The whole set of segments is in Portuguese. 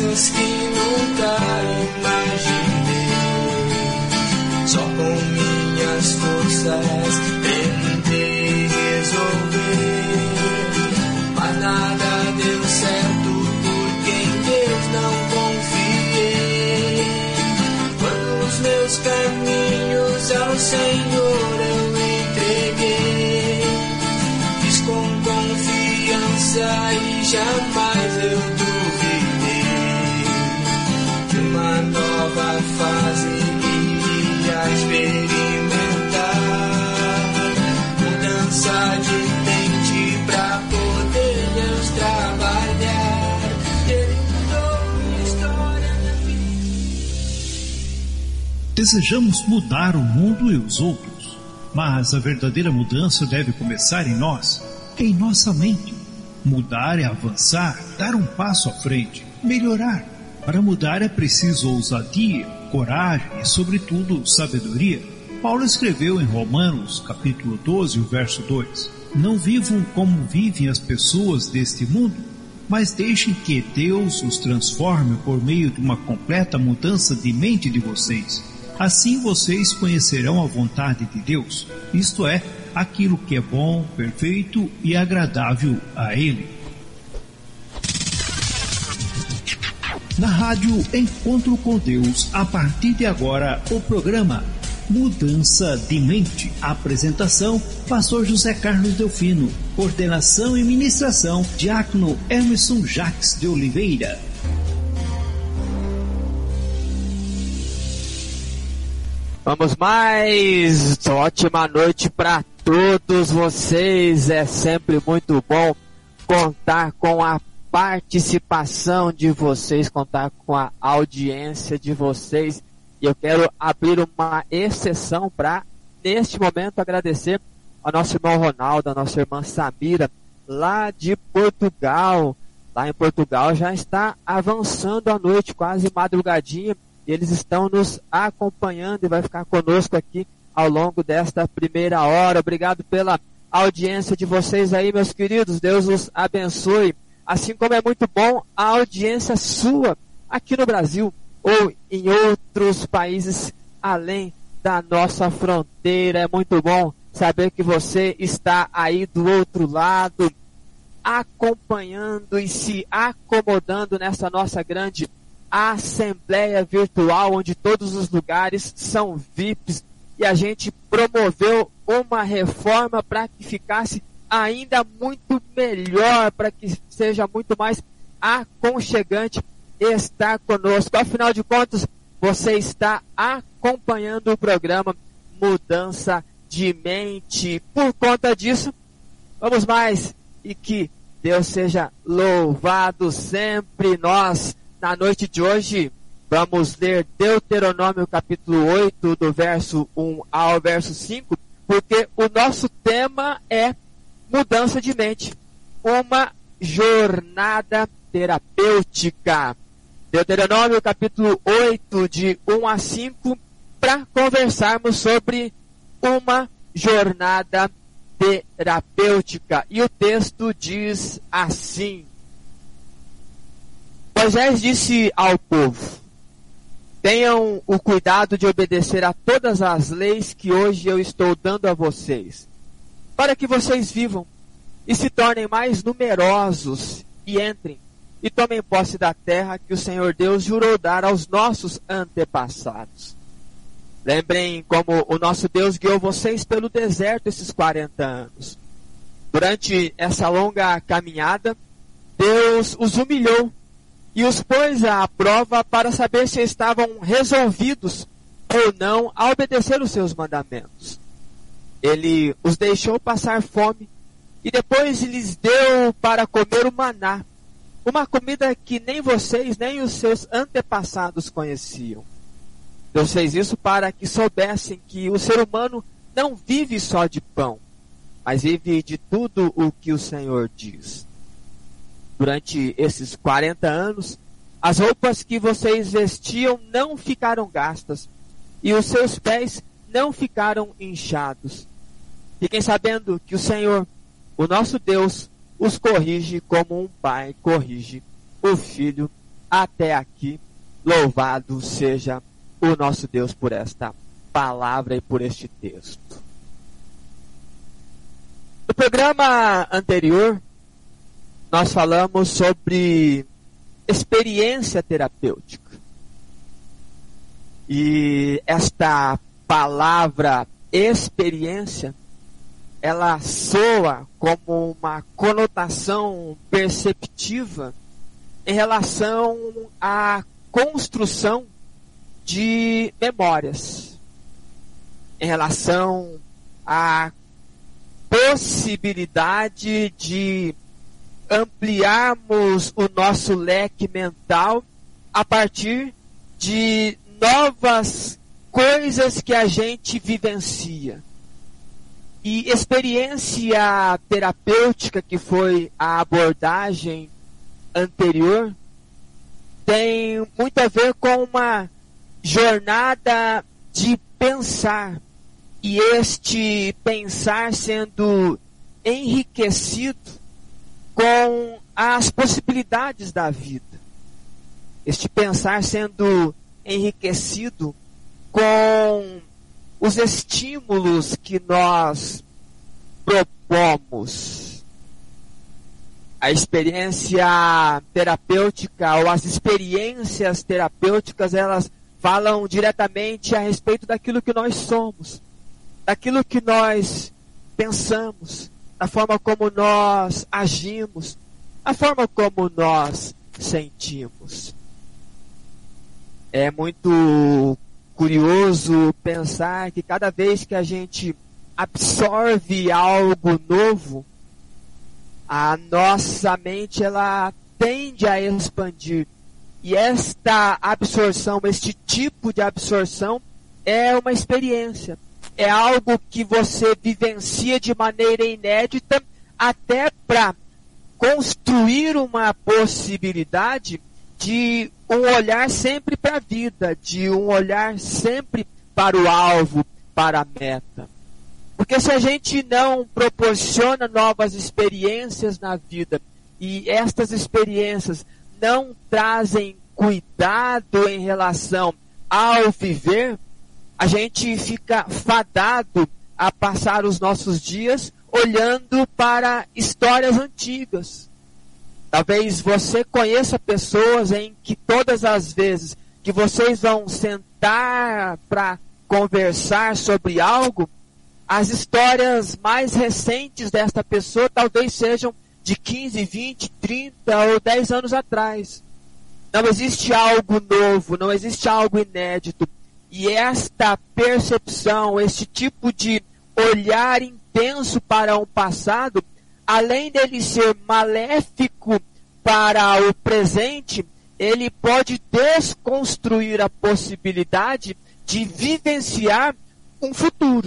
forças que nunca imaginei. Só com minhas forças tentei resolver, mas nada deu certo porque em Deus não confiei. Quando os meus caminhos ao Senhor eu entreguei, fiz com confiança e jamais eu duvidei de uma nova fase iria experimentar, mudança de mente pra poder Deus trabalhar. Ele mudou minha história, minha vida. Desejamos mudar o mundo e os outros, mas a verdadeira mudança deve começar em nós, em nossa mente. Mudar é avançar, dar um passo à frente, melhorar. Para mudar é preciso ousadia, coragem e, sobretudo, sabedoria. Paulo escreveu em Romanos, capítulo 12, o verso 2: Não vivam como vivem as pessoas deste mundo, mas deixem que Deus os transforme por meio de uma completa mudança de mente de vocês. Assim vocês conhecerão a vontade de Deus, isto é, aquilo que é bom, perfeito e agradável a Ele. Na rádio Encontro com Deus, a partir de agora, o programa Mudança de Mente. Apresentação, Pastor José Carlos Delfino. Coordenação e ministração, Diácono Emerson Jacques de Oliveira. Vamos mais! Ótima noite para todos vocês. É sempre muito bom contar com a participação de vocês, contar com a audiência de vocês. E eu quero abrir uma exceção para, neste momento, agradecer ao nosso irmão Ronaldo, a nossa irmã Samira, lá de Portugal. Lá em Portugal já está avançando a noite, quase madrugadinha. E eles estão nos acompanhando e vai ficar conosco aqui ao longo desta primeira hora. Obrigado pela audiência de vocês aí, meus queridos. Deus os abençoe. Assim como é muito bom a audiência sua aqui no Brasil ou em outros países além da nossa fronteira. É muito bom saber que você está aí do outro lado, acompanhando e se acomodando nessa nossa grande assembleia virtual, onde todos os lugares são VIPs, e a gente promoveu uma reforma para que ficasse ainda muito melhor, para que seja muito mais aconchegante estar conosco. Afinal de contas, você está acompanhando o programa Mudança de Mente. Por conta disso, vamos mais, e que Deus seja louvado sempre. Nós, na noite de hoje, vamos ler Deuteronômio capítulo 8, do verso 1 ao verso 5, porque o nosso tema é mudança de mente, uma jornada terapêutica. Deuteronômio capítulo 8, de 1 a 5, para conversarmos sobre uma jornada terapêutica. E o texto diz assim: Moisés disse ao povo: tenham o cuidado de obedecer a todas as leis que hoje eu estou dando a vocês, para que vocês vivam e se tornem mais numerosos e entrem e tomem posse da terra que o Senhor Deus jurou dar aos nossos antepassados. Lembrem como o nosso Deus guiou vocês pelo deserto esses 40 anos. Durante essa longa caminhada, Deus os humilhou e os pôs à prova para saber se estavam resolvidos ou não a obedecer os seus mandamentos. Ele os deixou passar fome e depois lhes deu para comer o maná, uma comida que nem vocês nem os seus antepassados conheciam. Deus fez isso para que soubessem que o ser humano não vive só de pão, mas vive de tudo o que o Senhor diz. Durante esses 40 anos, as roupas que vocês vestiam não ficaram gastas, e os seus pés não ficaram inchados. Fiquem sabendo que o Senhor, o nosso Deus, os corrige como um pai corrige o filho até aqui. Louvado seja o nosso Deus por esta palavra e por este texto. No programa anterior, nós falamos sobre experiência terapêutica. E esta palavra experiência, ela soa como uma conotação perceptiva em relação à construção de memórias, em relação à possibilidade de ampliarmos o nosso leque mental a partir de novas coisas que a gente vivencia. E experiência terapêutica, que foi a abordagem anterior, tem muito a ver com uma jornada de pensar. E este pensar sendo enriquecido com as possibilidades da vida. Este pensar sendo enriquecido com os estímulos que nós propomos. A experiência terapêutica ou as experiências terapêuticas, elas falam diretamente a respeito daquilo que nós somos, daquilo que nós pensamos, da forma como nós agimos, a forma como nós sentimos. É muito curioso pensar que cada vez que a gente absorve algo novo, a nossa mente ela tende a expandir. E esta absorção, este tipo de absorção é uma experiência. É algo que você vivencia de maneira inédita até para construir uma possibilidade de um olhar sempre para a vida, de um olhar sempre para o alvo, para a meta. Porque se a gente não proporciona novas experiências na vida, e estas experiências não trazem cuidado em relação ao viver, a gente fica fadado a passar os nossos dias olhando para histórias antigas. Talvez você conheça pessoas em que todas as vezes que vocês vão sentar para conversar sobre algo, as histórias mais recentes desta pessoa talvez sejam de 15, 20, 30 ou 10 anos atrás. Não existe algo novo, não existe algo inédito. E esta percepção, este tipo de olhar intenso para um passado, além dele ser maléfico para o presente, ele pode desconstruir a possibilidade de vivenciar um futuro.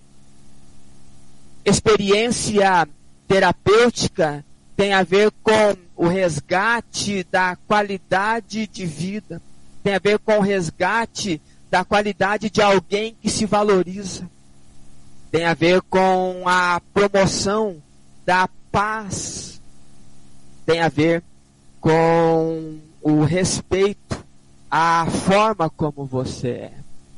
Experiência terapêutica tem a ver com o resgate da qualidade de vida, tem a ver com o resgate da qualidade de alguém que se valoriza, tem a ver com a promoção da paz, tem a ver com o respeito à forma como você é.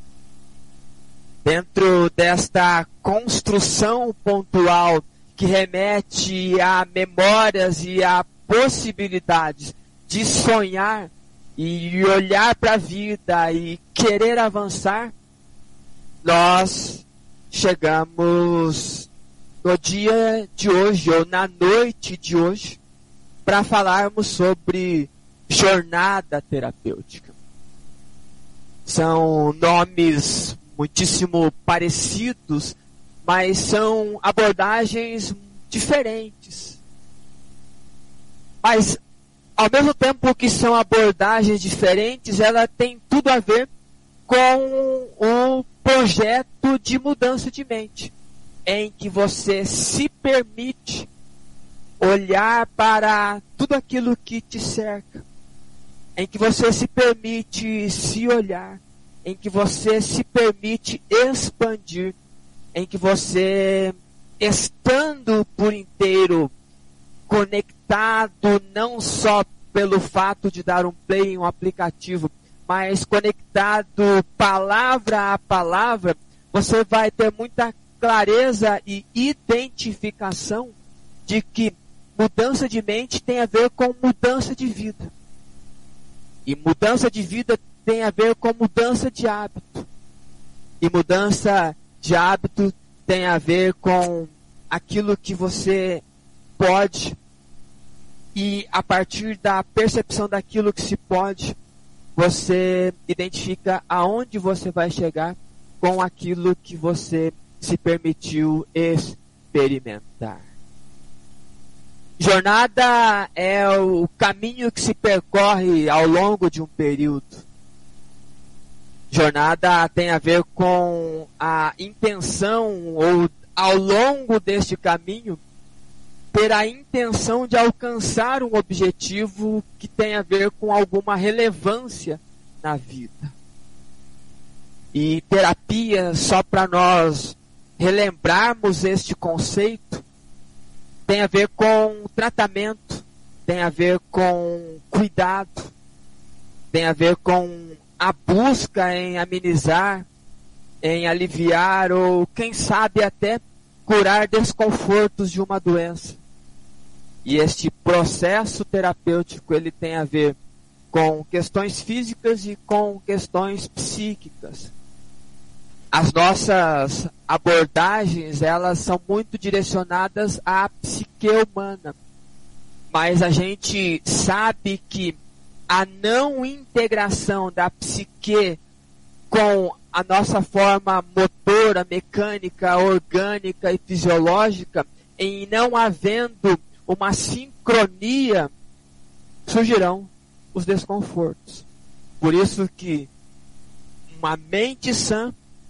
Dentro desta construção pontual que remete a memórias e a possibilidades de sonhar e olhar para a vida e querer avançar, nós chegamos no dia de hoje ou na noite de hoje para falarmos sobre jornada terapêutica. São nomes muitíssimo parecidos, mas são abordagens diferentes. Mas, ao mesmo tempo que são abordagens diferentes, ela tem tudo a ver com o projeto de mudança de mente, em que você se permite olhar para tudo aquilo que te cerca, em que você se permite se olhar, em que você se permite expandir, em que você, estando por inteiro conectado não só pelo fato de dar um play em um aplicativo, mas conectado palavra a palavra, você vai ter muita clareza e identificação de que mudança de mente tem a ver com mudança de vida. E mudança de vida tem a ver com mudança de hábito. E mudança de hábito tem a ver com aquilo que você pode. E a partir da percepção daquilo que se pode, você identifica aonde você vai chegar com aquilo que você se permitiu experimentar. Jornada é o caminho que se percorre ao longo de um período. Jornada tem a ver com a intenção, ou ao longo deste caminho, ter a intenção de alcançar um objetivo que tem a ver com alguma relevância na vida. E terapia, só para nós relembrarmos este conceito, tem a ver com tratamento, tem a ver com cuidado, tem a ver com a busca em amenizar, em aliviar ou, quem sabe, até curar desconfortos de uma doença. E este processo terapêutico, ele tem a ver com questões físicas e com questões psíquicas. As nossas abordagens, elas são muito direcionadas à psique humana. Mas a gente sabe que a não integração da psique com a nossa forma motora, mecânica, orgânica e fisiológica, em não havendo uma sincronia, surgirão os desconfortos. Por isso que uma mente sã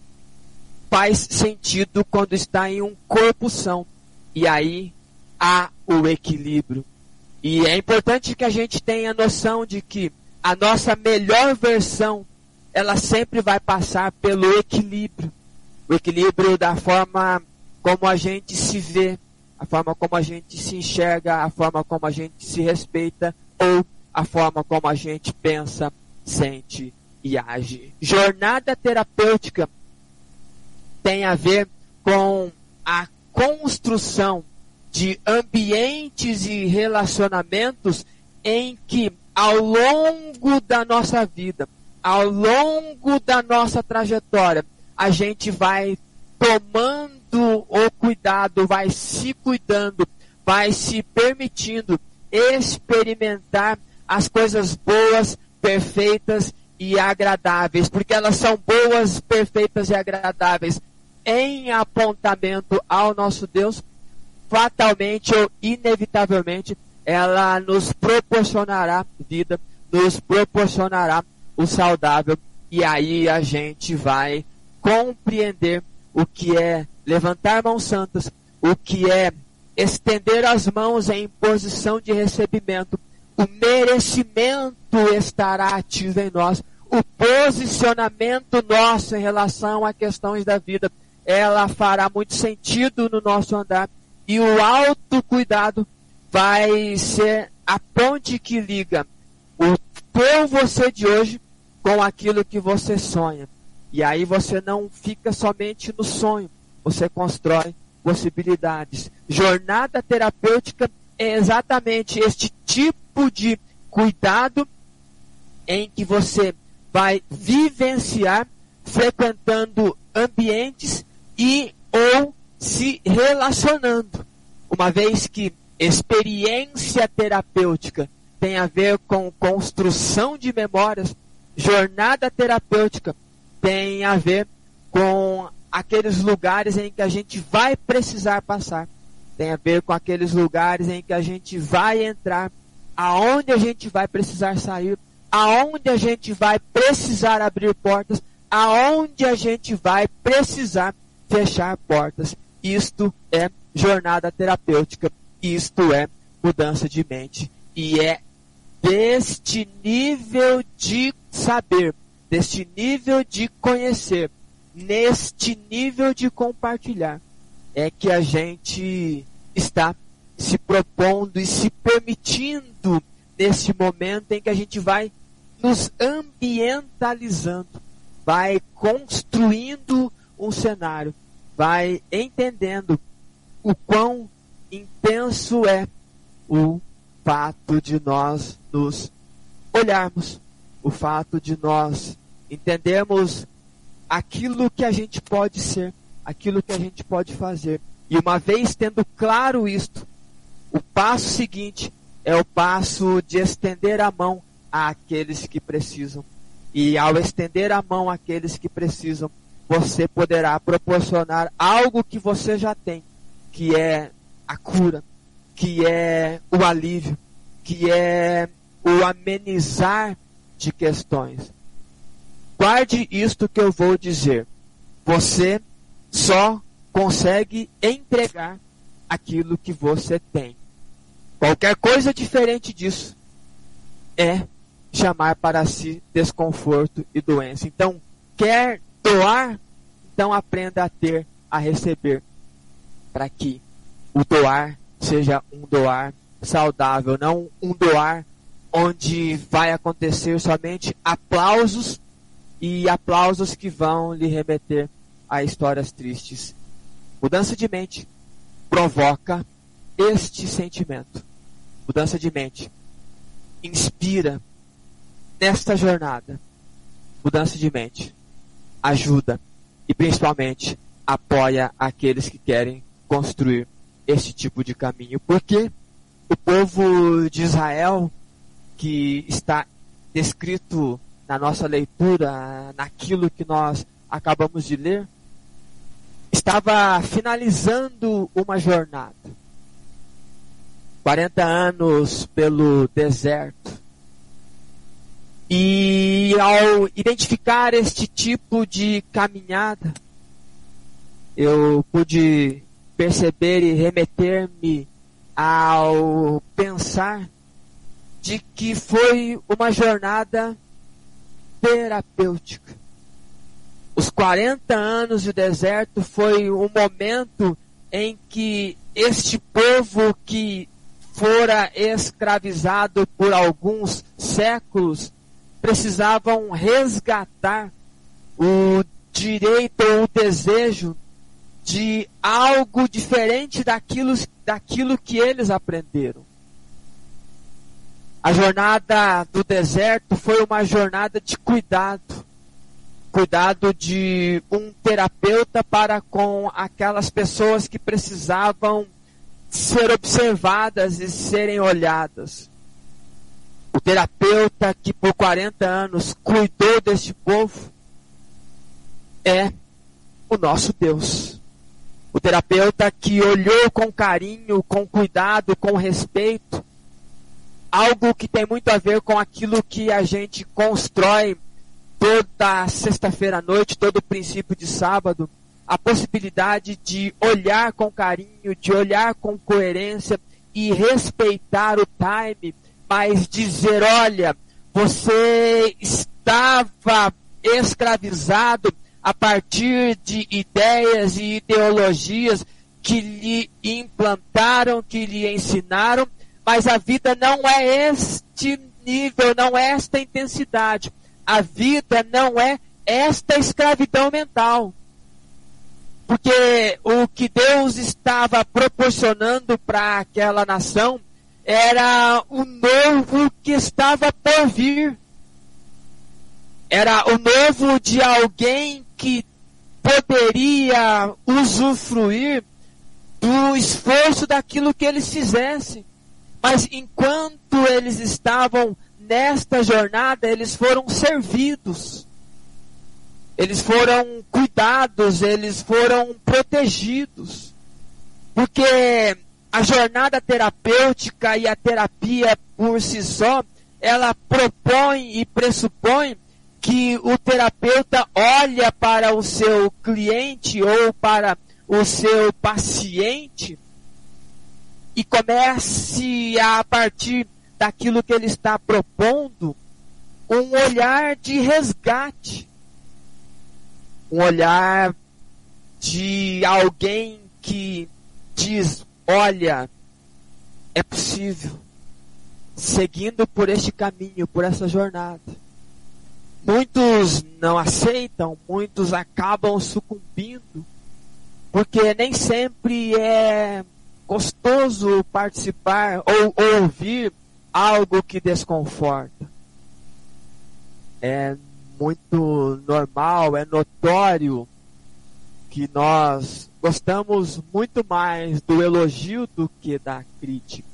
faz sentido quando está em um corpo são. E aí há o equilíbrio. E é importante que a gente tenha noção de que a nossa melhor versão, ela sempre vai passar pelo equilíbrio. O equilíbrio da forma como a gente se vê, a forma como a gente se enxerga, a forma como a gente se respeita, ou a forma como a gente pensa, sente e age. Jornada terapêutica tem a ver com a construção de ambientes e relacionamentos em que, ao longo da nossa vida, ao longo da nossa trajetória, a gente vai tomando o cuidado, vai se cuidando, vai se permitindo experimentar as coisas boas, perfeitas e agradáveis, porque elas são boas, perfeitas e agradáveis em apontamento ao nosso Deus. Fatalmente ou inevitavelmente, ela nos proporcionará vida, nos proporcionará o saudável, e aí a gente vai compreender o que é levantar mãos santas, o que é estender as mãos em posição de recebimento. O merecimento estará ativo em nós, o posicionamento nosso em relação a questões da vida, ela fará muito sentido no nosso andar, e o autocuidado vai ser a ponte que liga o teu você de hoje com aquilo que você sonha. E aí você não fica somente no sonho, você constrói possibilidades. Jornada terapêutica é exatamente este tipo de cuidado em que você vai vivenciar frequentando ambientes e ou se relacionando. Uma vez que experiência terapêutica tem a ver com construção de memórias, jornada terapêutica tem a ver com aqueles lugares em que a gente vai precisar passar. Tem a ver com aqueles lugares em que a gente vai entrar, aonde a gente vai precisar sair, aonde a gente vai precisar abrir portas, aonde a gente vai precisar fechar portas. Isto é jornada terapêutica, isto é mudança de mente. E é deste nível de saber, deste nível de conhecer, neste nível de compartilhar, é que a gente está se propondo e se permitindo nesse momento em que a gente vai nos ambientalizando, vai construindo um cenário, vai entendendo o quão intenso é o fato de nós nos olharmos, o fato de nós entendermos aquilo que a gente pode ser, aquilo que a gente pode fazer. E uma vez tendo claro isto, o passo seguinte é o passo de estender a mão àqueles que precisam. E ao estender a mão àqueles que precisam, você poderá proporcionar algo que você já tem, que é a cura, que é o alívio, que é o amenizar de questões. Guarde isto que eu vou dizer. Você só consegue entregar aquilo que você tem. Qualquer coisa diferente disso é chamar para si desconforto e doença. Então, quer doar? Então aprenda a ter, a receber, para que o doar seja um doar saudável, não um doar onde vai acontecer somente aplausos e aplausos que vão lhe remeter a histórias tristes. Mudança de mente provoca este sentimento. Mudança de mente inspira nesta jornada. Mudança de mente ajuda e principalmente apoia aqueles que querem construir este tipo de caminho. Porque o povo de Israel, que está descrito na nossa leitura, naquilo que nós acabamos de ler, estava finalizando uma jornada. 40 anos pelo deserto. E ao identificar este tipo de caminhada, eu pude perceber e remeter-me ao pensar de que foi uma jornada terapêutica. Os 40 anos de deserto foi um momento em que este povo que fora escravizado por alguns séculos precisavam resgatar o direito ou o desejo de algo diferente daquilo que eles aprenderam. A jornada do deserto foi uma jornada de cuidado. Cuidado de um terapeuta para com aquelas pessoas que precisavam ser observadas e serem olhadas. O terapeuta que por 40 anos cuidou deste povo é o nosso Deus. O terapeuta que olhou com carinho, com cuidado, com respeito, algo que tem muito a ver com aquilo que a gente constrói toda sexta-feira à noite, todo princípio de sábado, a possibilidade de olhar com carinho, de olhar com coerência e respeitar o time, mas dizer, olha, você estava escravizado a partir de ideias e ideologias que lhe implantaram, que lhe ensinaram, mas a vida não é este nível, não é esta intensidade. A vida não é esta escravidão mental. Porque o que Deus estava proporcionando para aquela nação era o novo que estava por vir. Era o novo de alguém que poderia usufruir do esforço daquilo que eles fizessem. Mas enquanto eles estavam nesta jornada, eles foram servidos. Eles foram cuidados, eles foram protegidos. Porque a jornada terapêutica e a terapia por si só, ela propõe e pressupõe que o terapeuta olha para o seu cliente ou para o seu paciente e comece a partir daquilo que ele está propondo, um olhar de resgate. Um olhar de alguém que diz, olha, é possível. seguindo por este caminho, por essa jornada. Muitos não aceitam, muitos acabam sucumbindo, porque nem sempre é gostoso participar ou ouvir algo que desconforta. É muito normal, é notório que nós gostamos muito mais do elogio do que da crítica.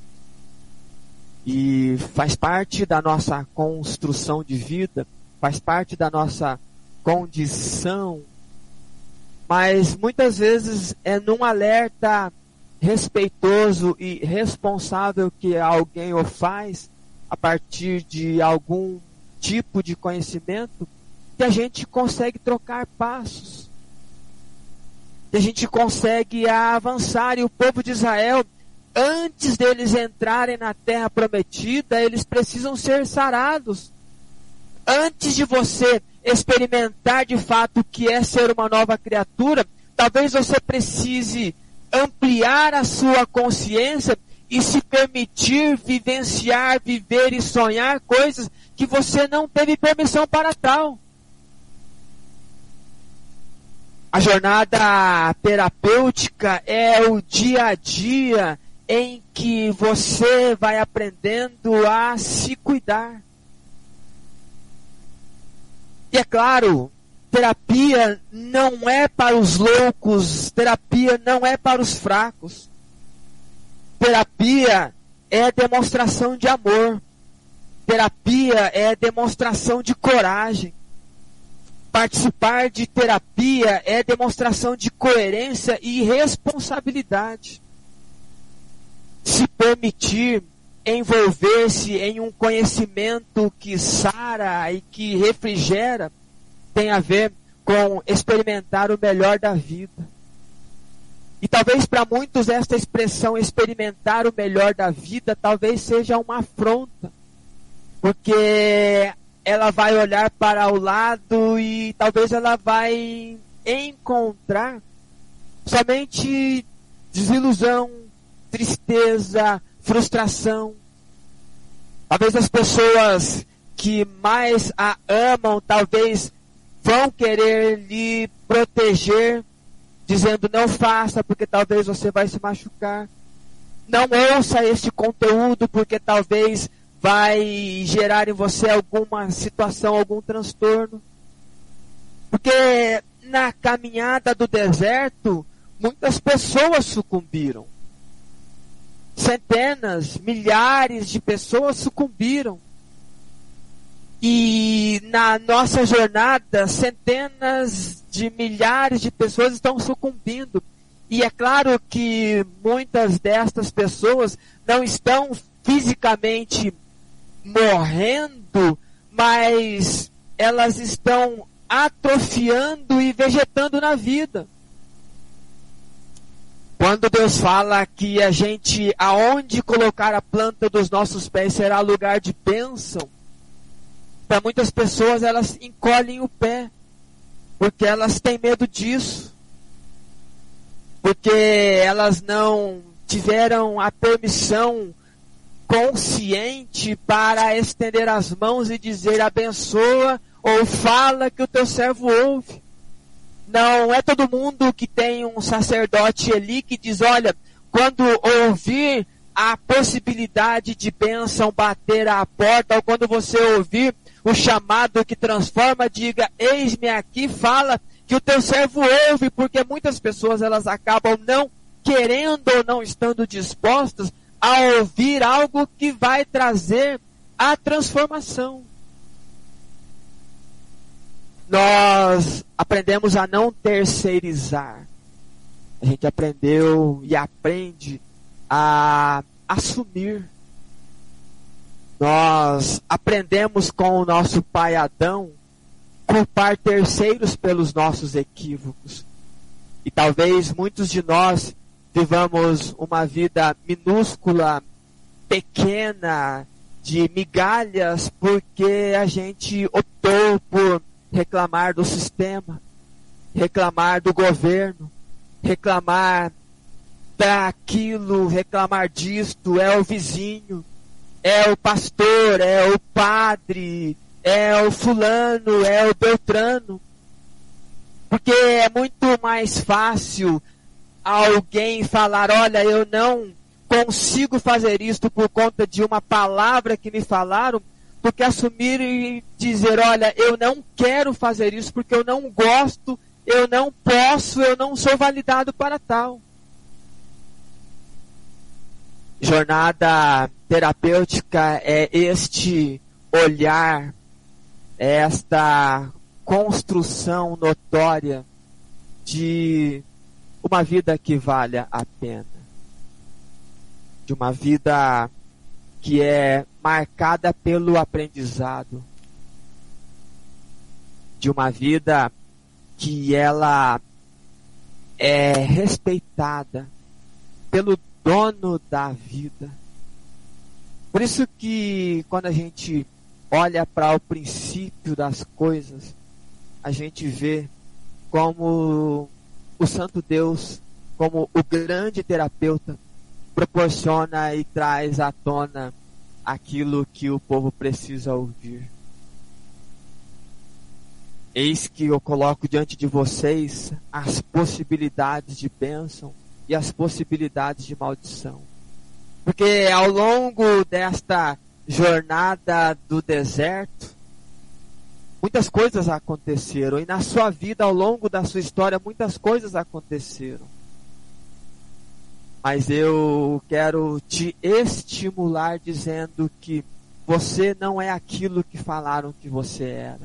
E faz parte da nossa construção de vida, faz parte da nossa condição, mas muitas vezes é num alerta respeitoso e responsável que alguém o faz a partir de algum tipo de conhecimento que a gente consegue trocar passos, que a gente consegue avançar. E o povo de Israel, antes deles entrarem na terra prometida, eles precisam ser sarados. Antes de você experimentar de fato o que é ser uma nova criatura, talvez você precise ampliar a sua consciência e se permitir vivenciar, viver e sonhar coisas que você não teve permissão para tal. A jornada terapêutica é o dia a dia em que você vai aprendendo a se cuidar. E é claro, terapia não é para os loucos, terapia não é para os fracos. Terapia é demonstração de amor. Terapia é demonstração de coragem. Participar de terapia é demonstração de coerência e responsabilidade. Se permitir envolver-se em um conhecimento que sara e que refrigera tem a ver com experimentar o melhor da vida. E talvez para muitos esta expressão experimentar o melhor da vida talvez seja uma afronta, porque ela vai olhar para o lado e talvez ela vai encontrar somente desilusão, tristeza, frustração. Talvez as pessoas que mais a amam, talvez vão querer lhe proteger, dizendo não faça porque talvez você vai se machucar. Não ouça este conteúdo porque talvez vai gerar em você alguma situação, algum transtorno. Porque na caminhada do deserto, muitas pessoas sucumbiram. Centenas, milhares de pessoas sucumbiram. E na nossa jornada, centenas de milhares de pessoas estão sucumbindo. E é claro que muitas destas pessoas não estão fisicamente morrendo, mas elas estão atrofiando e vegetando na vida. Quando Deus fala que a gente, aonde colocar a planta dos nossos pés será lugar de bênção, para muitas pessoas elas encolhem o pé, porque elas têm medo disso, porque elas não tiveram a permissão consciente para estender as mãos e dizer abençoa ou fala que o teu servo ouve. Não é todo mundo que tem um sacerdote ali que diz, olha, quando ouvir a possibilidade de bênção bater à porta, ou quando você ouvir o chamado que transforma, diga, eis-me aqui, fala que o teu servo ouve, porque muitas pessoas elas acabam não querendo ou não estando dispostas a ouvir algo que vai trazer a transformação. Nós aprendemos a não terceirizar. A gente aprendeu e aprende a assumir. Nós aprendemos com o nosso pai Adão culpar terceiros pelos nossos equívocos. E talvez muitos de nós vivamos uma vida minúscula, pequena, de migalhas, porque a gente optou por reclamar do sistema, reclamar do governo, reclamar daquilo, reclamar disto, é o vizinho, é o pastor, é o padre, é o fulano, é o beltrano. Porque é muito mais fácil alguém falar, olha, eu não consigo fazer isto por conta de uma palavra que me falaram, do que assumir e dizer, olha, eu não quero fazer isso porque eu não gosto, eu não posso, eu não sou validado para tal. Jornada terapêutica é este olhar, é esta construção notória de uma vida que vale a pena. De uma vida que é marcada pelo aprendizado. De uma vida que ela é respeitada pelo dono da vida. Por isso que quando a gente olha para o princípio das coisas, a gente vê como o Santo Deus, como o grande terapeuta, proporciona e traz à tona aquilo que o povo precisa ouvir. Eis que eu coloco diante de vocês as possibilidades de bênção e as possibilidades de maldição. Porque ao longo desta jornada do deserto, muitas coisas aconteceram. E na sua vida, ao longo da sua história, muitas coisas aconteceram. Mas eu quero te estimular dizendo que você não é aquilo que falaram que você era.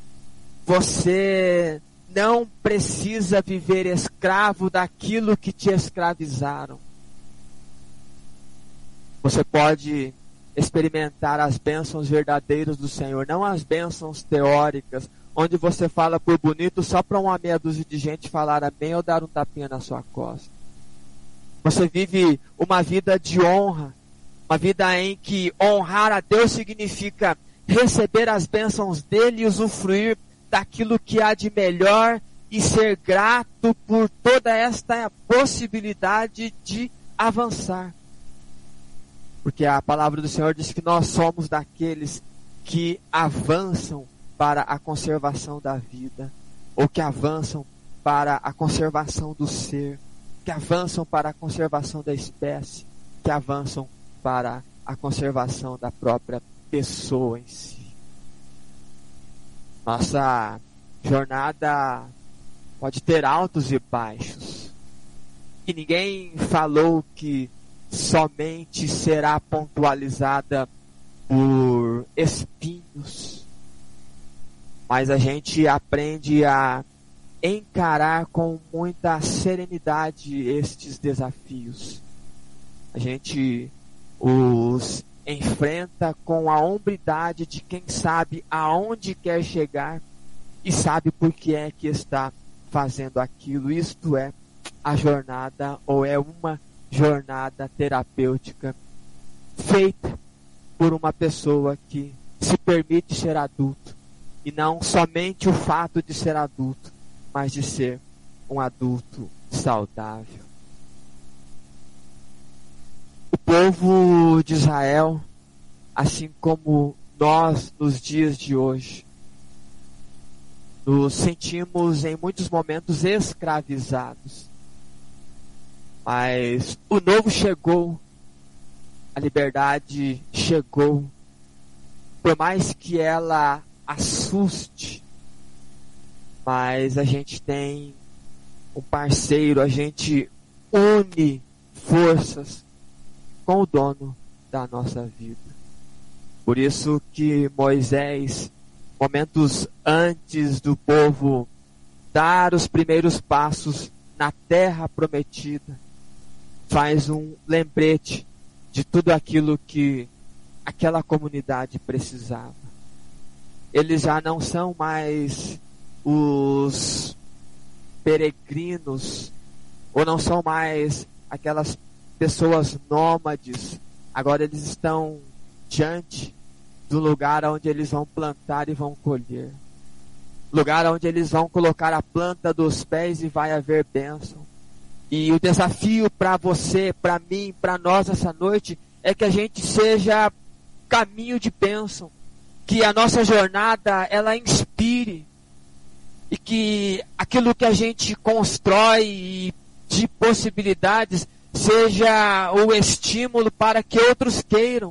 Você não precisa viver escravo daquilo que te escravizaram. Você pode experimentar as bênçãos verdadeiras do Senhor, não as bênçãos teóricas, onde você fala por bonito só para uma meia dúzia de gente falar amém ou dar um tapinha na sua costa. Você vive uma vida de honra, uma vida em que honrar a Deus significa receber as bênçãos dele e usufruir daquilo que há de melhor e ser grato por toda esta possibilidade de avançar. Porque a palavra do Senhor diz que nós somos daqueles que avançam para a conservação da vida, ou que avançam para a conservação do ser, que avançam para a conservação da espécie, que avançam para a conservação da própria pessoa em si. Nossa jornada pode ter altos e baixos. E ninguém falou que somente será pontualizada por espinhos. Mas a gente aprende a encarar com muita serenidade estes desafios. A gente os enfrenta com a hombridade de quem sabe aonde quer chegar e sabe por que é que está fazendo aquilo. Isto é a jornada, ou é uma jornada terapêutica feita por uma pessoa que se permite ser adulto, e não somente o fato de ser adulto, mas de ser um adulto saudável. O povo de Israel, assim como nós nos dias de hoje, nos sentimos em muitos momentos escravizados. Mas o novo chegou, a liberdade chegou, por mais que ela assuste, mas a gente tem um parceiro, a gente une forças com o dono da nossa vida. Por isso que Moisés, momentos antes do povo dar os primeiros passos na terra prometida, faz um lembrete de tudo aquilo que aquela comunidade precisava. Eles já não são mais os peregrinos, ou não são mais aquelas pessoas nômades. Agora eles estão diante do lugar onde eles vão plantar e vão colher. Lugar onde eles vão colocar a planta dos pés e vai haver bênção. E o desafio para você, para mim, para nós essa noite, é que a gente seja caminho de bênção, que a nossa jornada ela inspire, e que aquilo que a gente constrói de possibilidades seja o estímulo para que outros queiram.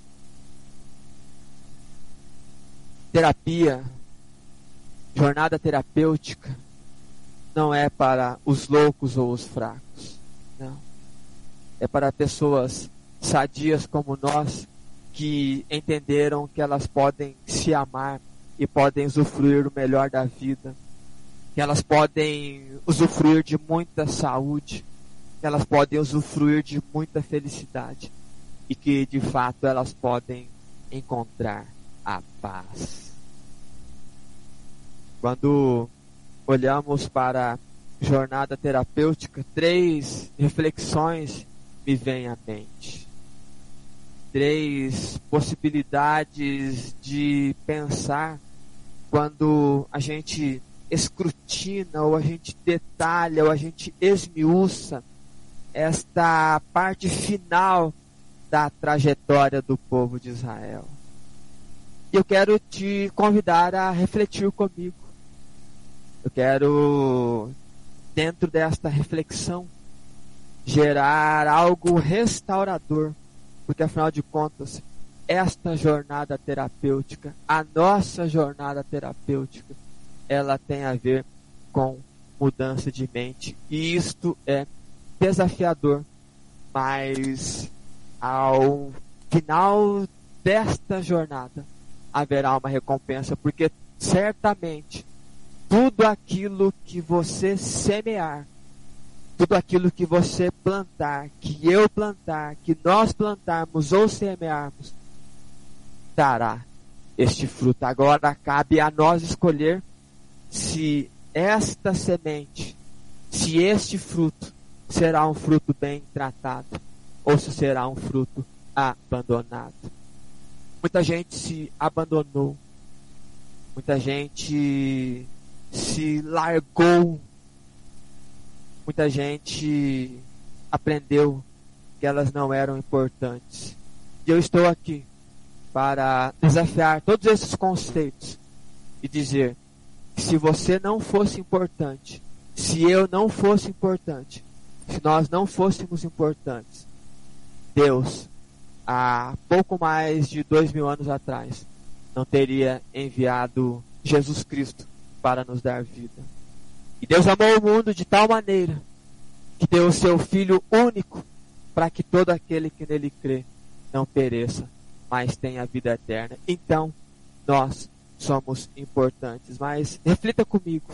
Terapia, jornada terapêutica, não é para os loucos ou os fracos, não. É para pessoas sadias como nós, que entenderam que elas podem se amar e podem usufruir o melhor da vida, que elas podem usufruir de muita saúde, que elas podem usufruir de muita felicidade, e que de fato elas podem encontrar a paz. Quando olhamos para a jornada terapêutica, 3 reflexões me vêm à mente. 3 possibilidades de pensar quando a gente escrutina, ou a gente detalha, ou a gente esmiuça esta parte final da trajetória do povo de Israel. E eu quero te convidar a refletir comigo. Eu quero, dentro desta reflexão, gerar algo restaurador, porque afinal de contas, esta jornada terapêutica, a nossa jornada terapêutica, ela tem a ver com mudança de mente. E isto é desafiador, mas ao final desta jornada haverá uma recompensa, porque certamente tudo aquilo que você semear, tudo aquilo que você plantar, que eu plantar, que nós plantarmos ou semearmos, dará este fruto. Agora cabe a nós escolher se esta semente, se este fruto será um fruto bem tratado, ou se será um fruto abandonado. Muita gente se abandonou, muita gente se largou, muita gente aprendeu que elas não eram importantes. E eu estou aqui para desafiar todos esses conceitos e dizer que se você não fosse importante, se eu não fosse importante, se nós não fôssemos importantes, Deus, há pouco mais de 2000 anos atrás, não teria enviado Jesus Cristo para nos dar vida. E Deus amou o mundo de tal maneira que deu o seu Filho único para que todo aquele que nele crê não pereça, mas tenha vida eterna. Então, nós somos importantes. Mas reflita comigo.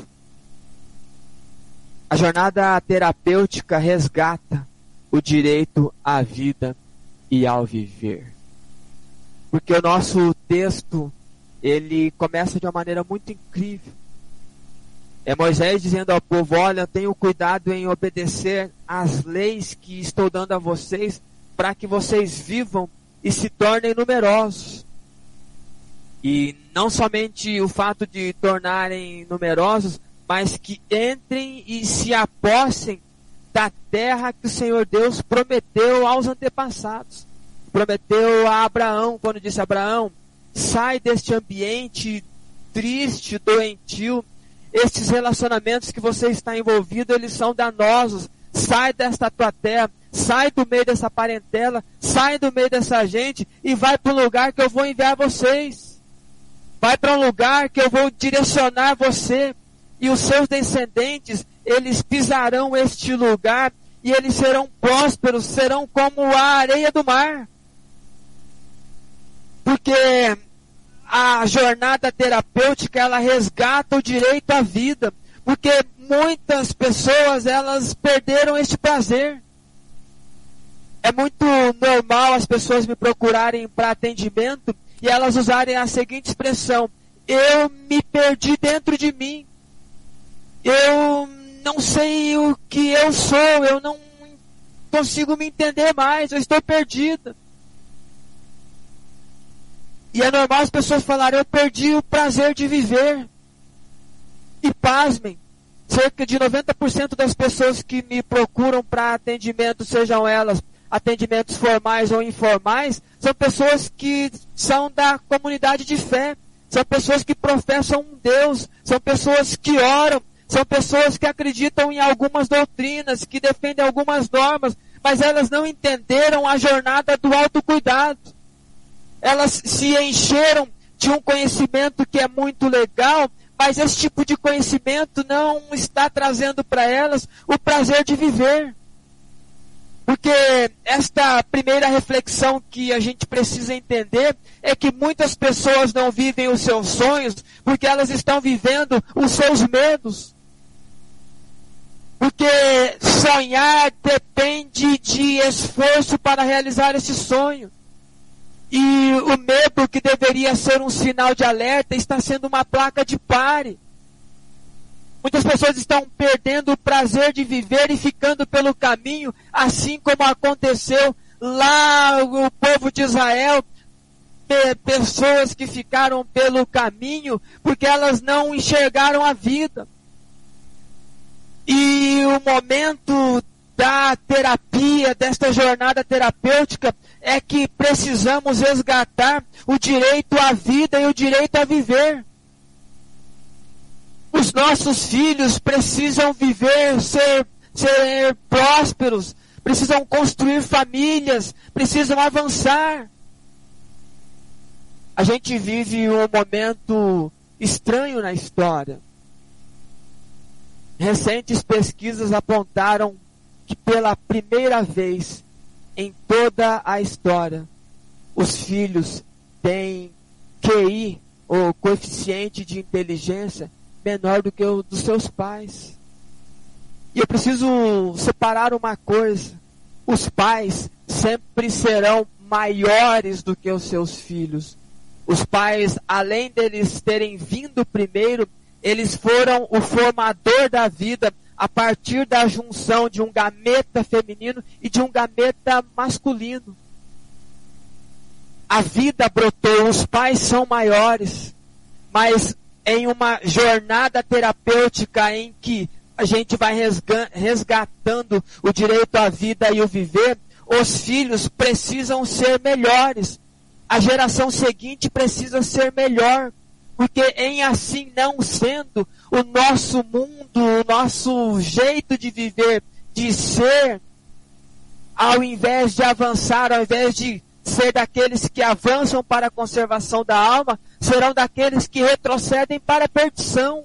A jornada terapêutica resgata o direito à vida e ao viver. Porque o nosso texto, ele começa de uma maneira muito incrível. É Moisés dizendo ao povo: olha, tenham cuidado em obedecer às leis que estou dando a vocês, para que vocês vivam e se tornem numerosos. E não somente o fato de tornarem numerosos, mas que entrem e se apossem da terra que o Senhor Deus prometeu aos antepassados. Prometeu a Abraão, quando disse a Abraão: sai deste ambiente triste, doentio. Estes relacionamentos que você está envolvido, eles são danosos. Sai desta tua terra, sai do meio dessa parentela, sai do meio dessa gente e vai para um lugar que eu vou enviar vocês. Vai para um lugar que eu vou direcionar você. E os seus descendentes, eles pisarão este lugar e eles serão prósperos, serão como a areia do mar. Porque a jornada terapêutica, ela resgata o direito à vida, porque muitas pessoas, elas perderam este prazer. É muito normal as pessoas me procurarem para atendimento e elas usarem a seguinte expressão: eu me perdi dentro de mim, eu não sei o que eu sou, eu não consigo me entender mais, eu estou perdida. E é normal as pessoas falarem: eu perdi o prazer de viver. E pasmem, cerca de 90% das pessoas que me procuram para atendimento, sejam elas atendimentos formais ou informais, são pessoas que são da comunidade de fé, são pessoas que professam um Deus, são pessoas que oram, são pessoas que acreditam em algumas doutrinas, que defendem algumas normas, mas elas não entenderam a jornada do autocuidado. Elas se encheram de um conhecimento que é muito legal, mas esse tipo de conhecimento não está trazendo para elas o prazer de viver. Porque esta primeira reflexão que a gente precisa entender é que muitas pessoas não vivem os seus sonhos porque elas estão vivendo os seus medos. Porque sonhar depende de esforço para realizar esse sonho. E o medo, que deveria ser um sinal de alerta, está sendo uma placa de pare. Muitas pessoas estão perdendo o prazer de viver e ficando pelo caminho, assim como aconteceu lá o povo de Israel. Pessoas que ficaram pelo caminho porque elas não enxergaram a vida. E o momento da terapia, desta jornada terapêutica, é que precisamos resgatar o direito à vida e o direito a viver. Os nossos filhos precisam viver, ser prósperos, precisam construir famílias, precisam avançar. A gente vive um momento estranho na história. Recentes pesquisas apontaram que pela primeira vez em toda a história, os filhos têm QI, ou coeficiente de inteligência, menor do que o dos seus pais. E eu preciso separar uma coisa: os pais sempre serão maiores do que os seus filhos. Os pais, além deles terem vindo primeiro, eles foram o formador da vida a partir da junção de um gameta feminino e de um gameta masculino. A vida brotou, os pais são maiores, mas em uma jornada terapêutica em que a gente vai resgatando o direito à vida e o viver, os filhos precisam ser melhores. A geração seguinte precisa ser melhor, porque em assim não sendo, o nosso mundo, o nosso jeito de viver, de ser, ao invés de avançar, ao invés de ser daqueles que avançam para a conservação da alma, serão daqueles que retrocedem para a perdição.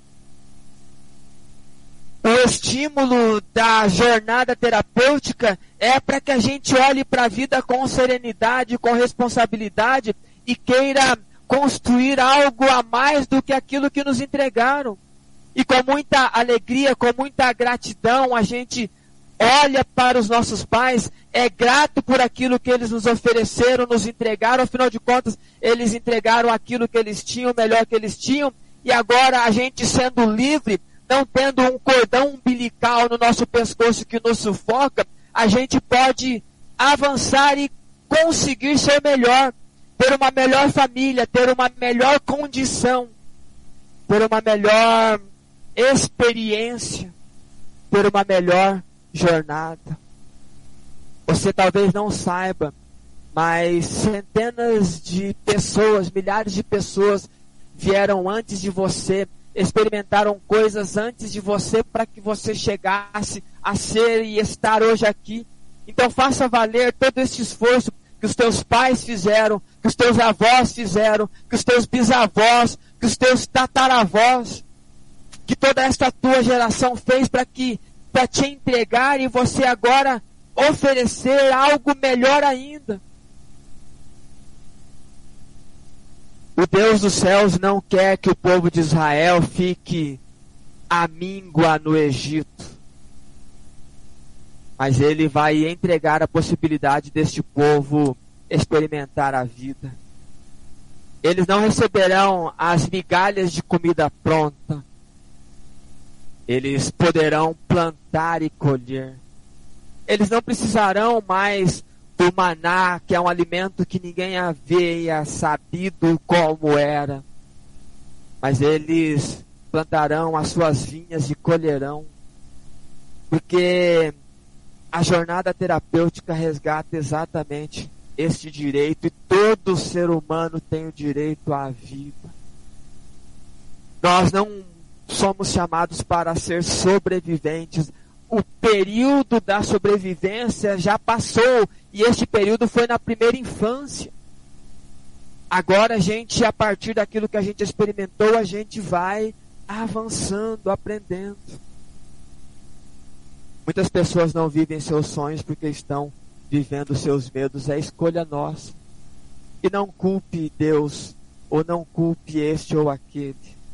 O estímulo da jornada terapêutica é para que a gente olhe para a vida com serenidade, com responsabilidade e queira construir algo a mais do que aquilo que nos entregaram. E com muita alegria, com muita gratidão, a gente olha para os nossos pais, é grato por aquilo que eles nos ofereceram, nos entregaram, afinal de contas, eles entregaram aquilo que eles tinham, o melhor que eles tinham, e agora a gente sendo livre, não tendo um cordão umbilical no nosso pescoço que nos sufoca, a gente pode avançar e conseguir ser melhor, ter uma melhor família, ter uma melhor condição, ter uma melhor experiência, ter uma melhor jornada. Você talvez não saiba, mas centenas de pessoas, milhares de pessoas vieram antes de você, experimentaram coisas antes de você para que você chegasse a ser e estar hoje aqui. Então faça valer todo esse esforço que os teus pais fizeram, que os teus avós fizeram, que os teus bisavós, que os teus tataravós, que toda esta tua geração fez para te entregar e você agora oferecer algo melhor ainda. O Deus dos céus não quer que o povo de Israel fique à míngua no Egito. Mas Ele vai entregar a possibilidade deste povo experimentar a vida. Eles não receberão as migalhas de comida pronta. Eles poderão plantar e colher. Eles não precisarão mais do maná, que é um alimento que ninguém havia sabido como era. Mas eles plantarão as suas vinhas e colherão. Porque A jornada terapêutica resgata exatamente este direito, e todo ser humano tem o direito à vida. Nós não somos chamados para ser sobreviventes. O período da sobrevivência já passou, e este período foi na primeira infância. Agora a gente, a partir daquilo que a gente experimentou, a gente vai avançando, aprendendo. Muitas pessoas não vivem seus sonhos porque estão vivendo seus medos. É escolha nossa. E não culpe Deus, ou não culpe este ou aquele.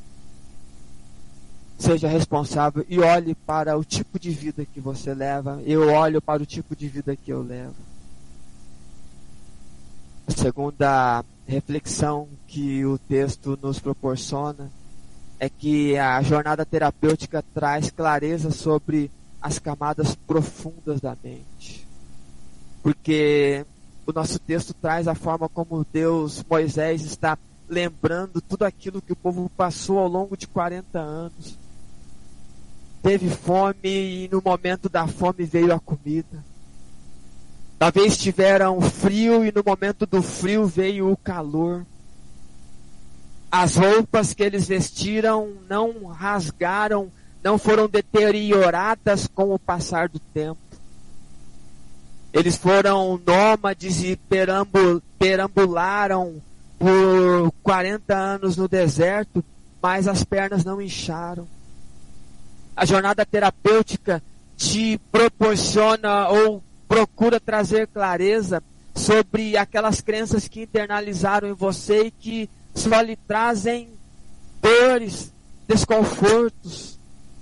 Seja responsável e olhe para o tipo de vida que você leva. Eu olho para o tipo de vida que eu levo. A segunda reflexão que o texto nos proporciona é que a jornada terapêutica traz clareza sobre as camadas profundas da mente. Porque o nosso texto traz a forma como Moisés está lembrando tudo aquilo que o povo passou ao longo de 40 anos. Teve fome e no momento da fome veio a comida. Talvez tiveram frio e no momento do frio veio o calor. As roupas que eles vestiram não rasgaram, não foram deterioradas com o passar do tempo. Eles foram nômades e perambularam por 40 anos no deserto, mas as pernas não incharam. A jornada terapêutica te proporciona ou procura trazer clareza sobre aquelas crenças que internalizaram em você e que só lhe trazem dores, desconfortos.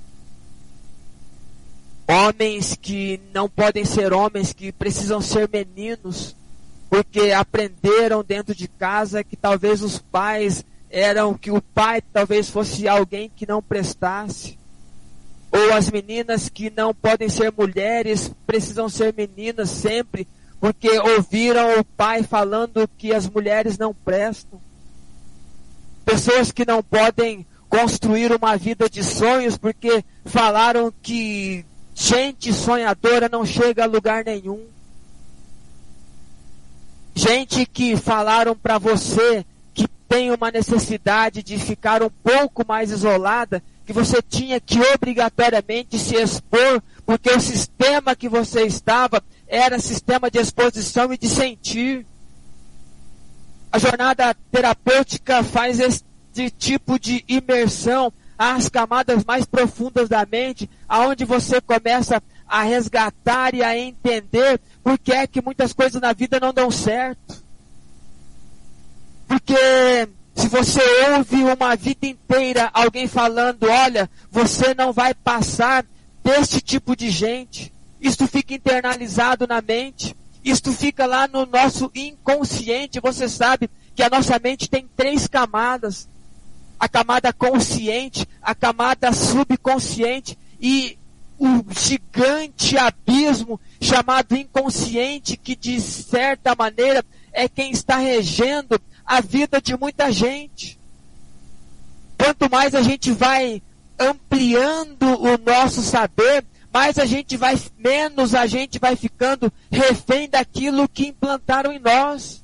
Homens que não podem ser homens, que precisam ser meninos, porque aprenderam dentro de casa que talvez os pais que o pai talvez fosse alguém que não prestasse. Ou as meninas que não podem ser mulheres, precisam ser meninas sempre, porque ouviram o pai falando que as mulheres não prestam. Pessoas que não podem construir uma vida de sonhos, porque falaram que gente sonhadora não chega a lugar nenhum. Gente que falaram para você que tem uma necessidade de ficar um pouco mais isolada, que você tinha que obrigatoriamente se expor, porque o sistema que você estava era sistema de exposição e de sentir. A jornada terapêutica faz esse tipo de imersão às camadas mais profundas da mente, aonde você começa a resgatar e a entender por que é que muitas coisas na vida não dão certo. Porque se você ouve uma vida inteira alguém falando, olha, você não vai passar deste tipo de gente, isto fica internalizado na mente, isto fica lá no nosso inconsciente. Você sabe que a nossa mente tem 3 camadas. A camada consciente, a camada subconsciente e o gigante abismo chamado inconsciente, que de certa maneira é quem está regendo a vida de muita gente. Quanto mais a gente vai ampliando o nosso saber, menos a gente vai ficando refém daquilo que implantaram em nós.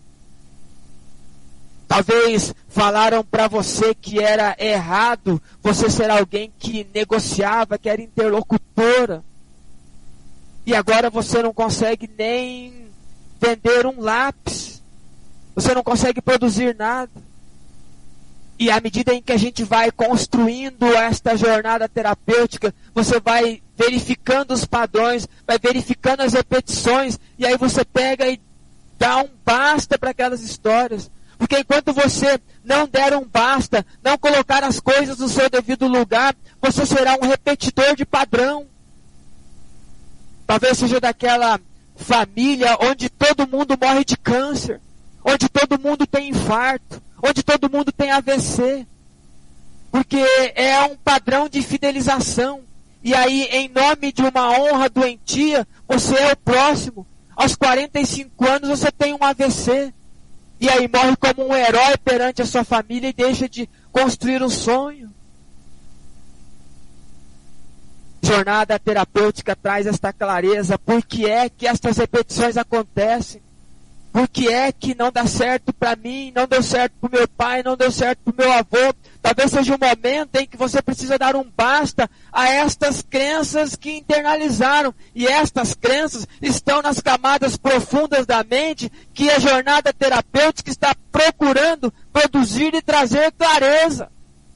Talvez falaram para você que era errado você ser alguém que negociava, que era interlocutora. E agora você não consegue nem vender um lápis. Você não consegue produzir nada. E à medida em que a gente vai construindo esta jornada terapêutica, você vai verificando os padrões, vai verificando as repetições, e aí você pega e dá um basta para aquelas histórias. Porque enquanto você não der um basta, não colocar as coisas no seu devido lugar, você será um repetidor de padrão. Talvez seja daquela família onde todo mundo morre de câncer, onde todo mundo tem infarto, onde todo mundo tem AVC. Porque é um padrão de fidelização. E aí, em nome de uma honra doentia, você é o próximo. Aos 45 anos você tem um AVC. E aí morre como um herói perante a sua família e deixa de construir um sonho. jornada terapêutica traz esta clareza. Por que é que estas repetições acontecem? Por que é que não dá certo para mim, não deu certo para o meu pai, não deu certo para o meu avô? Talvez seja um momento em que você precisa dar um basta a estas crenças que internalizaram. E estas crenças estão nas camadas profundas da mente que a jornada terapêutica está procurando produzir e trazer clareza.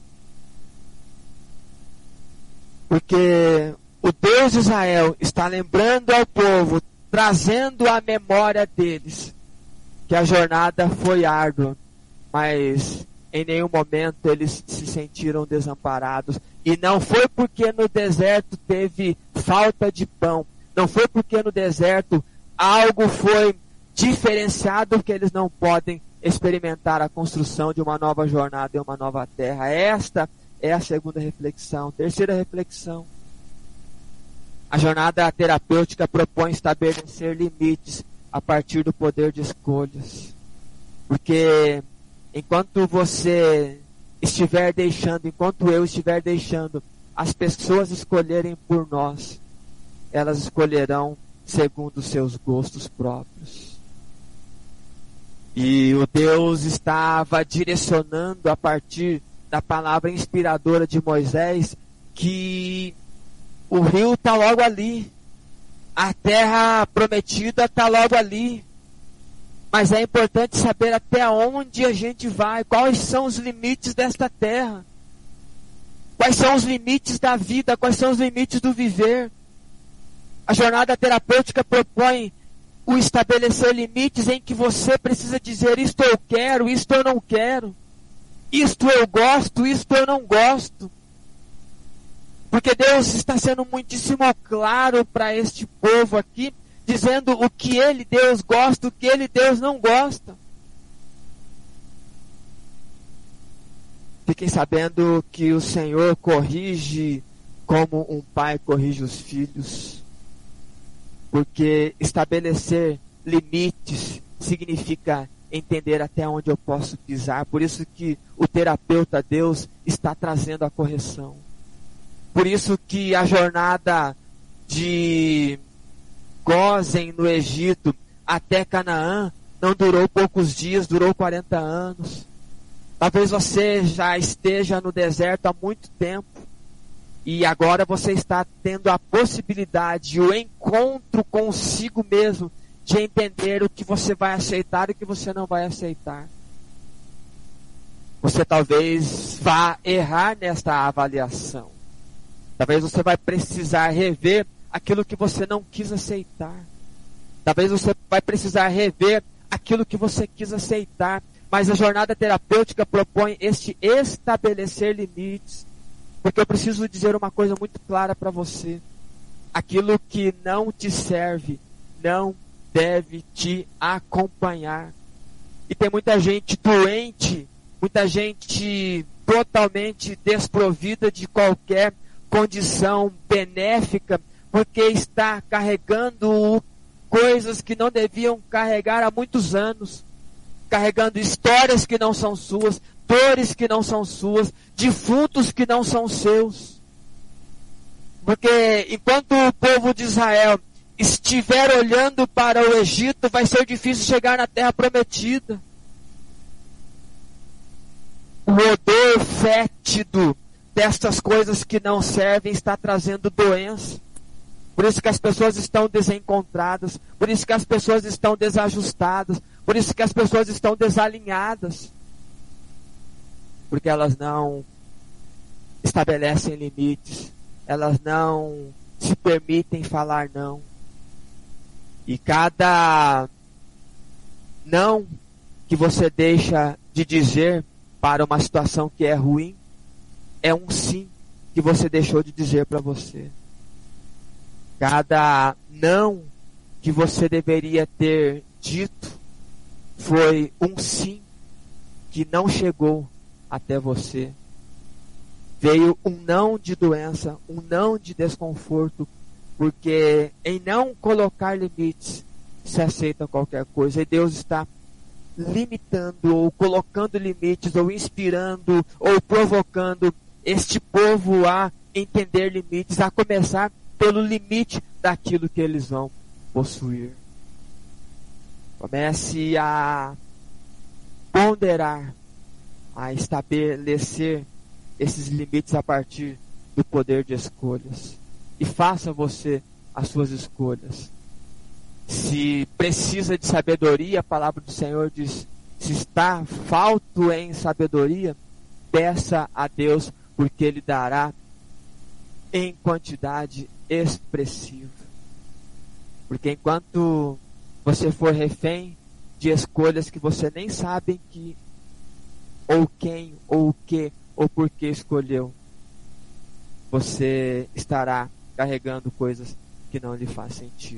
Porque o Deus de Israel está lembrando ao povo, trazendo à memória deles, que a jornada foi árdua, mas em nenhum momento eles se sentiram desamparados. E não foi porque no deserto teve falta de pão, não foi porque no deserto algo foi diferenciado que eles não podem experimentar a construção de uma nova jornada em uma nova terra. Esta é a segunda reflexão. Terceira reflexão. A jornada terapêutica propõe estabelecer limites a partir do poder de escolhas. Porque enquanto você estiver deixando, enquanto eu estiver deixando as pessoas escolherem por nós, elas escolherão segundo os seus gostos próprios. E o Deus estava direcionando a partir da palavra inspiradora de Moisés que o rio está logo ali, a terra prometida está logo ali, mas é importante saber até onde a gente vai, quais são os limites desta terra, quais são os limites da vida, quais são os limites do viver. A jornada terapêutica propõe o estabelecer limites em que você precisa dizer: isto eu quero, isto eu não quero, isto eu gosto, isto eu não gosto. Porque Deus está sendo muitíssimo claro para este povo aqui, dizendo o que Ele, Deus, gosta, o que Ele, Deus, não gosta. Fiquem sabendo que o Senhor corrige como um pai corrige os filhos. Porque estabelecer limites significa entender até onde eu posso pisar. Por isso que o terapeuta Deus está trazendo a correção. Por isso que a jornada de Gósen no Egito até Canaã não durou poucos dias, durou 40 anos. Talvez você já esteja no deserto há muito tempo e agora você está tendo a possibilidade, o encontro consigo mesmo, de entender o que você vai aceitar e o que você não vai aceitar. Você talvez vá errar nesta avaliação. Talvez você vai precisar rever aquilo que você não quis aceitar. Talvez você vai precisar rever aquilo que você quis aceitar. Mas a jornada terapêutica propõe este estabelecer limites. Porque eu preciso dizer uma coisa muito clara para você. Aquilo que não te serve não deve te acompanhar. E tem muita gente doente, muita gente totalmente desprovida de qualquer condição benéfica, porque está carregando coisas que não deviam carregar há muitos anos, carregando histórias que não são suas, dores que não são suas, defuntos que não são seus. Porque enquanto o povo de Israel estiver olhando para o Egito, vai ser difícil chegar na terra prometida. O odor fétido destas coisas que não servem está trazendo doença. Por isso que as pessoas estão desencontradas, por isso que as pessoas estão desajustadas, por isso que as pessoas estão desalinhadas. Porque elas não estabelecem limites, elas não se permitem falar não. E cada não que você deixa de dizer para uma situação que é ruim, é um sim que você deixou de dizer para você. Cada não que você deveria ter dito foi um sim que não chegou até você. Veio um não de doença, um não de desconforto, porque em não colocar limites se aceita qualquer coisa. E Deus está limitando, ou colocando limites, ou inspirando, ou provocando este povo a entender limites, a começar pelo limite daquilo que eles vão possuir. Comece a ponderar, a estabelecer esses limites a partir do poder de escolhas. E faça você as suas escolhas. Se precisa de sabedoria, a palavra do Senhor diz, se está falto em sabedoria, peça a Deus, porque Ele dará em quantidade expressiva. Porque enquanto você for refém de escolhas que você nem sabe que, ou quem, ou o que, ou por que escolheu, você estará carregando coisas que não lhe faz sentido.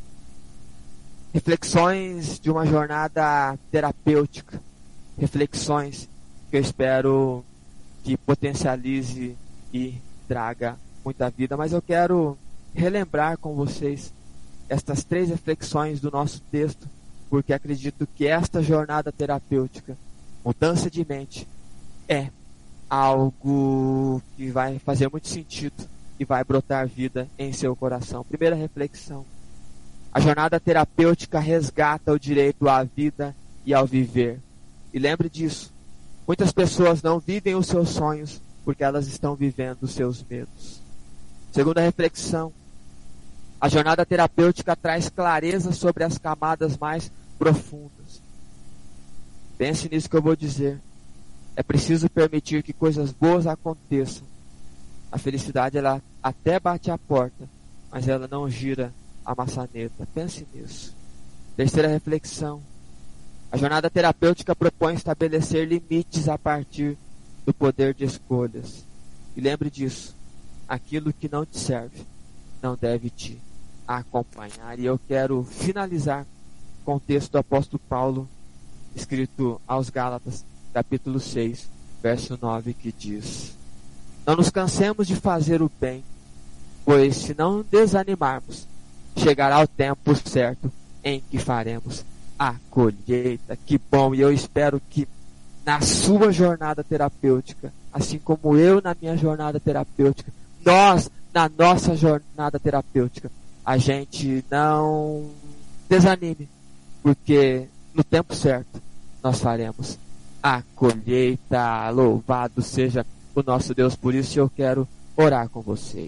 Reflexões de uma jornada terapêutica, reflexões que eu espero que potencialize e traga muita vida, mas eu quero relembrar com vocês estas 3 reflexões do nosso texto, porque acredito que esta jornada terapêutica, mudança de mente, é algo que vai fazer muito sentido e vai brotar vida em seu coração. Primeira reflexão: a jornada terapêutica resgata o direito à vida e ao viver. E lembre disso, muitas pessoas não vivem os seus sonhos porque elas estão vivendo os seus medos. Segunda reflexão: a jornada terapêutica traz clareza sobre as camadas mais profundas. Pense nisso que eu vou dizer. É preciso permitir que coisas boas aconteçam. A felicidade, ela até bate a porta, mas ela não gira a maçaneta. Pense nisso. Terceira reflexão: a jornada terapêutica propõe estabelecer limites a partir do poder de escolhas. E lembre disso, aquilo que não te serve não deve te acompanhar. E eu quero finalizar com o texto do apóstolo Paulo, escrito aos Gálatas, capítulo 6, verso 9, que diz: não nos cansemos de fazer o bem, pois se não desanimarmos, chegará o tempo certo em que faremos a colheita. Que bom! E eu espero que na sua jornada terapêutica, assim como eu na minha jornada terapêutica, nós na nossa jornada terapêutica, a gente não desanime, porque no tempo certo nós faremos a colheita. Louvado seja o nosso Deus por isso. Eu quero orar com vocês.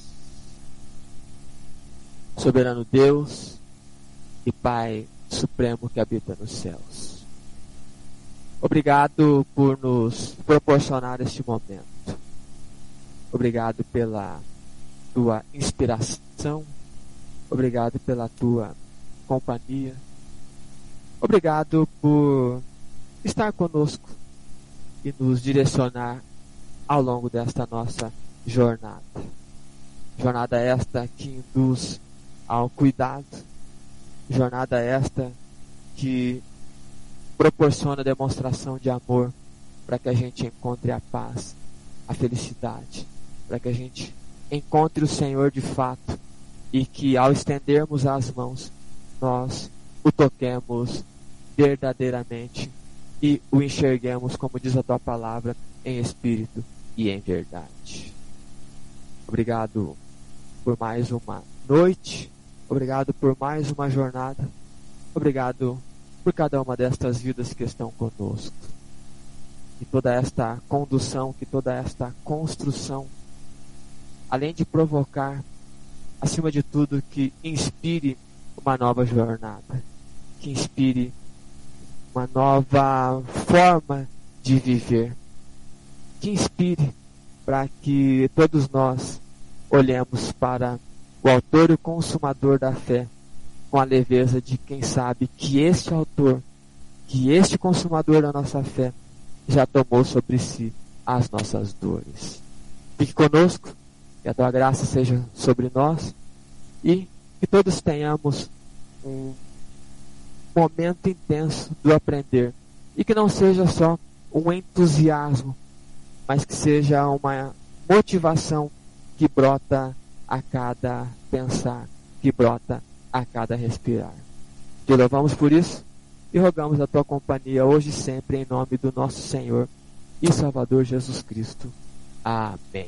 Soberano Deus e Pai Supremo que habita nos céus, obrigado por nos proporcionar este momento. Obrigado pela tua inspiração. Obrigado pela tua companhia. Obrigado por estar conosco e nos direcionar ao longo desta nossa jornada. Jornada esta que induz ao cuidado. Jornada esta que proporciona demonstração de amor para que a gente encontre a paz, a felicidade, para que a gente encontre o Senhor de fato e que ao estendermos as mãos nós o toquemos verdadeiramente e o enxerguemos, como diz a tua palavra, em espírito e em verdade. Obrigado por mais uma noite. Obrigado por mais uma jornada. Obrigado por cada uma destas vidas que estão conosco. Que toda esta condução, que toda esta construção, além de provocar, acima de tudo, que inspire uma nova jornada, que inspire uma nova forma de viver, que inspire para que todos nós olhemos para o autor e o consumador da fé com a leveza de quem sabe que este autor, que este consumador da nossa fé já tomou sobre si as nossas dores. Fique conosco, que a tua graça seja sobre nós e que todos tenhamos um momento intenso do aprender e que não seja só um entusiasmo, mas que seja uma motivação que brota a cada pensar, que brota a cada respirar. Te louvamos por isso e rogamos a tua companhia hoje e sempre, em nome do nosso Senhor e Salvador Jesus Cristo. Amém.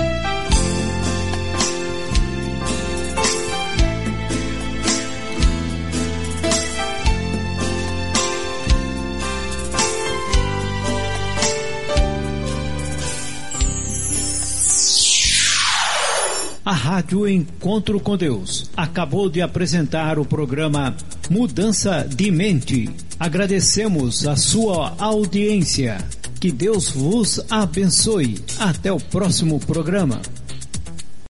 A Rádio Encontro com Deus acabou de apresentar o programa Mudança de Mente. Agradecemos a sua audiência. Que Deus vos abençoe. Até o próximo programa.